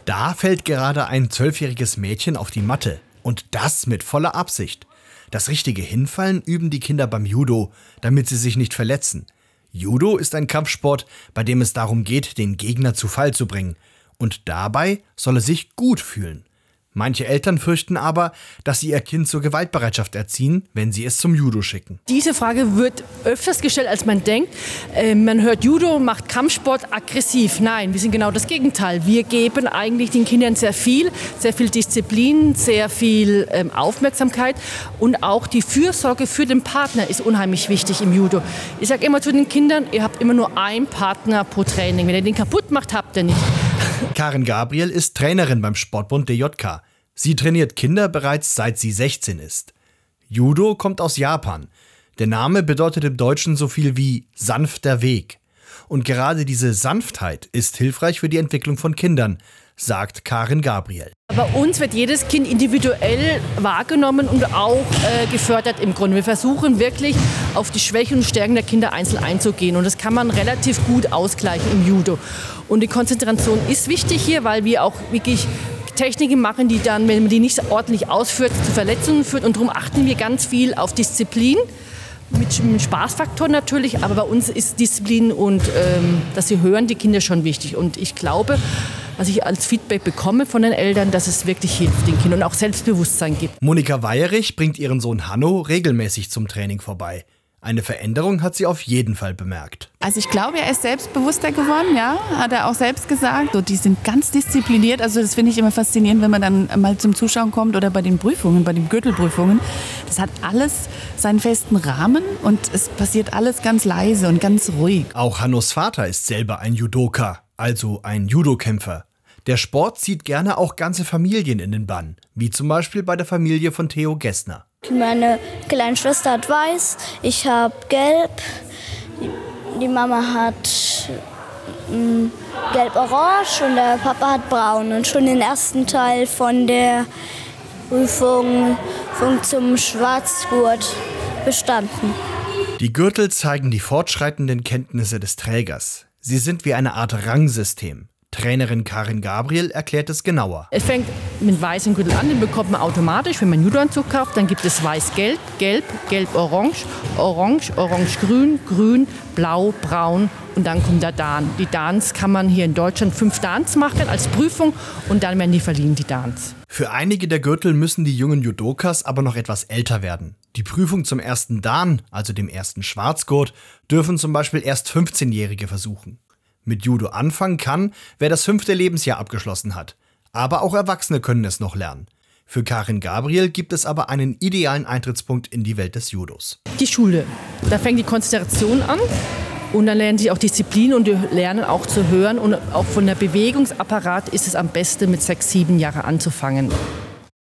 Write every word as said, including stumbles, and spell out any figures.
Da fällt gerade ein zwölfjähriges Mädchen auf die Matte. Und das mit voller Absicht. Das richtige Hinfallen üben die Kinder beim Judo, damit sie sich nicht verletzen. Judo ist ein Kampfsport, bei dem es darum geht, den Gegner zu Fall zu bringen. Und dabei soll er sich gut fühlen. Manche Eltern fürchten aber, dass sie ihr Kind zur Gewaltbereitschaft erziehen, wenn sie es zum Judo schicken. Diese Frage wird öfters gestellt, als man denkt. Äh, man hört, Judo macht Kampfsport aggressiv. Nein, wir sind genau das Gegenteil. Wir geben eigentlich den Kindern sehr viel, sehr viel Disziplin, sehr viel ähm, Aufmerksamkeit. Und auch die Fürsorge für den Partner ist unheimlich wichtig im Judo. Ich sage immer zu den Kindern, ihr habt immer nur einen Partner pro Training. Wenn ihr den kaputt macht, habt ihr nicht. Karin Gabriel ist Trainerin beim Sportbund D J K. Sie trainiert Kinder bereits seit sie sechzehn ist. Judo kommt aus Japan. Der Name bedeutet im Deutschen so viel wie sanfter Weg. Und gerade diese Sanftheit ist hilfreich für die Entwicklung von Kindern, sagt Karin Gabriel. Bei uns wird jedes Kind individuell wahrgenommen und auch äh, gefördert im Grunde. Wir versuchen wirklich auf die Schwächen und Stärken der Kinder einzeln einzugehen. Und das kann man relativ gut ausgleichen im Judo. Und die Konzentration ist wichtig hier, weil wir auch wirklich Techniken machen, die dann, wenn man die nicht ordentlich ausführt, zu Verletzungen führt. Und darum achten wir ganz viel auf Disziplin. Mit einem Spaßfaktor natürlich, aber bei uns ist Disziplin und ähm, dass sie hören, die Kinder schon wichtig. Und ich glaube, was ich als Feedback bekomme von den Eltern, dass es wirklich hilft den Kindern und auch Selbstbewusstsein gibt. Monika Weierich bringt ihren Sohn Hanno regelmäßig zum Training vorbei. Eine Veränderung hat sie auf jeden Fall bemerkt. Also ich glaube, er ist selbstbewusster geworden, ja, hat er auch selbst gesagt. Und die sind ganz diszipliniert, also das finde ich immer faszinierend, wenn man dann mal zum Zuschauen kommt oder bei den Prüfungen, bei den Gürtelprüfungen. Das hat alles seinen festen Rahmen und es passiert alles ganz leise und ganz ruhig. Auch Hannos Vater ist selber ein Judoka, also ein Judokämpfer. Der Sport zieht gerne auch ganze Familien in den Bann, wie zum Beispiel bei der Familie von Theo Gessner. Meine kleine Schwester hat weiß, ich habe gelb, die Mama hat mh, gelb-orange und der Papa hat braun. Und schon den ersten Teil von der Prüfung zum Schwarzgurt bestanden. Die Gürtel zeigen die fortschreitenden Kenntnisse des Trägers. Sie sind wie eine Art Rangsystem. Trainerin Karin Gabriel erklärt es genauer. Es fängt mit weißem Gürtel an, den bekommt man automatisch, wenn man einen Judoanzug kauft. Dann gibt es weiß-gelb, gelb, gelb-orange, orange, orange-grün, grün, blau, braun und dann kommt der Dan. Die Dans kann man hier in Deutschland fünf Dans machen als Prüfung und dann werden die verliehen, die Dans. Für einige der Gürtel müssen die jungen Judokas aber noch etwas älter werden. Die Prüfung zum ersten Dan, also dem ersten Schwarzgurt, dürfen zum Beispiel erst fünfzehnjährige versuchen. Mit Judo anfangen kann, wer das fünfte Lebensjahr abgeschlossen hat. Aber auch Erwachsene können es noch lernen. Für Karin Gabriel gibt es aber einen idealen Eintrittspunkt in die Welt des Judos. Die Schule. Da fängt die Konzentration an und dann lernen sie auch Disziplin und die lernen auch zu hören. Und auch von der Bewegungsapparat ist es am besten mit sechs, sieben Jahren anzufangen.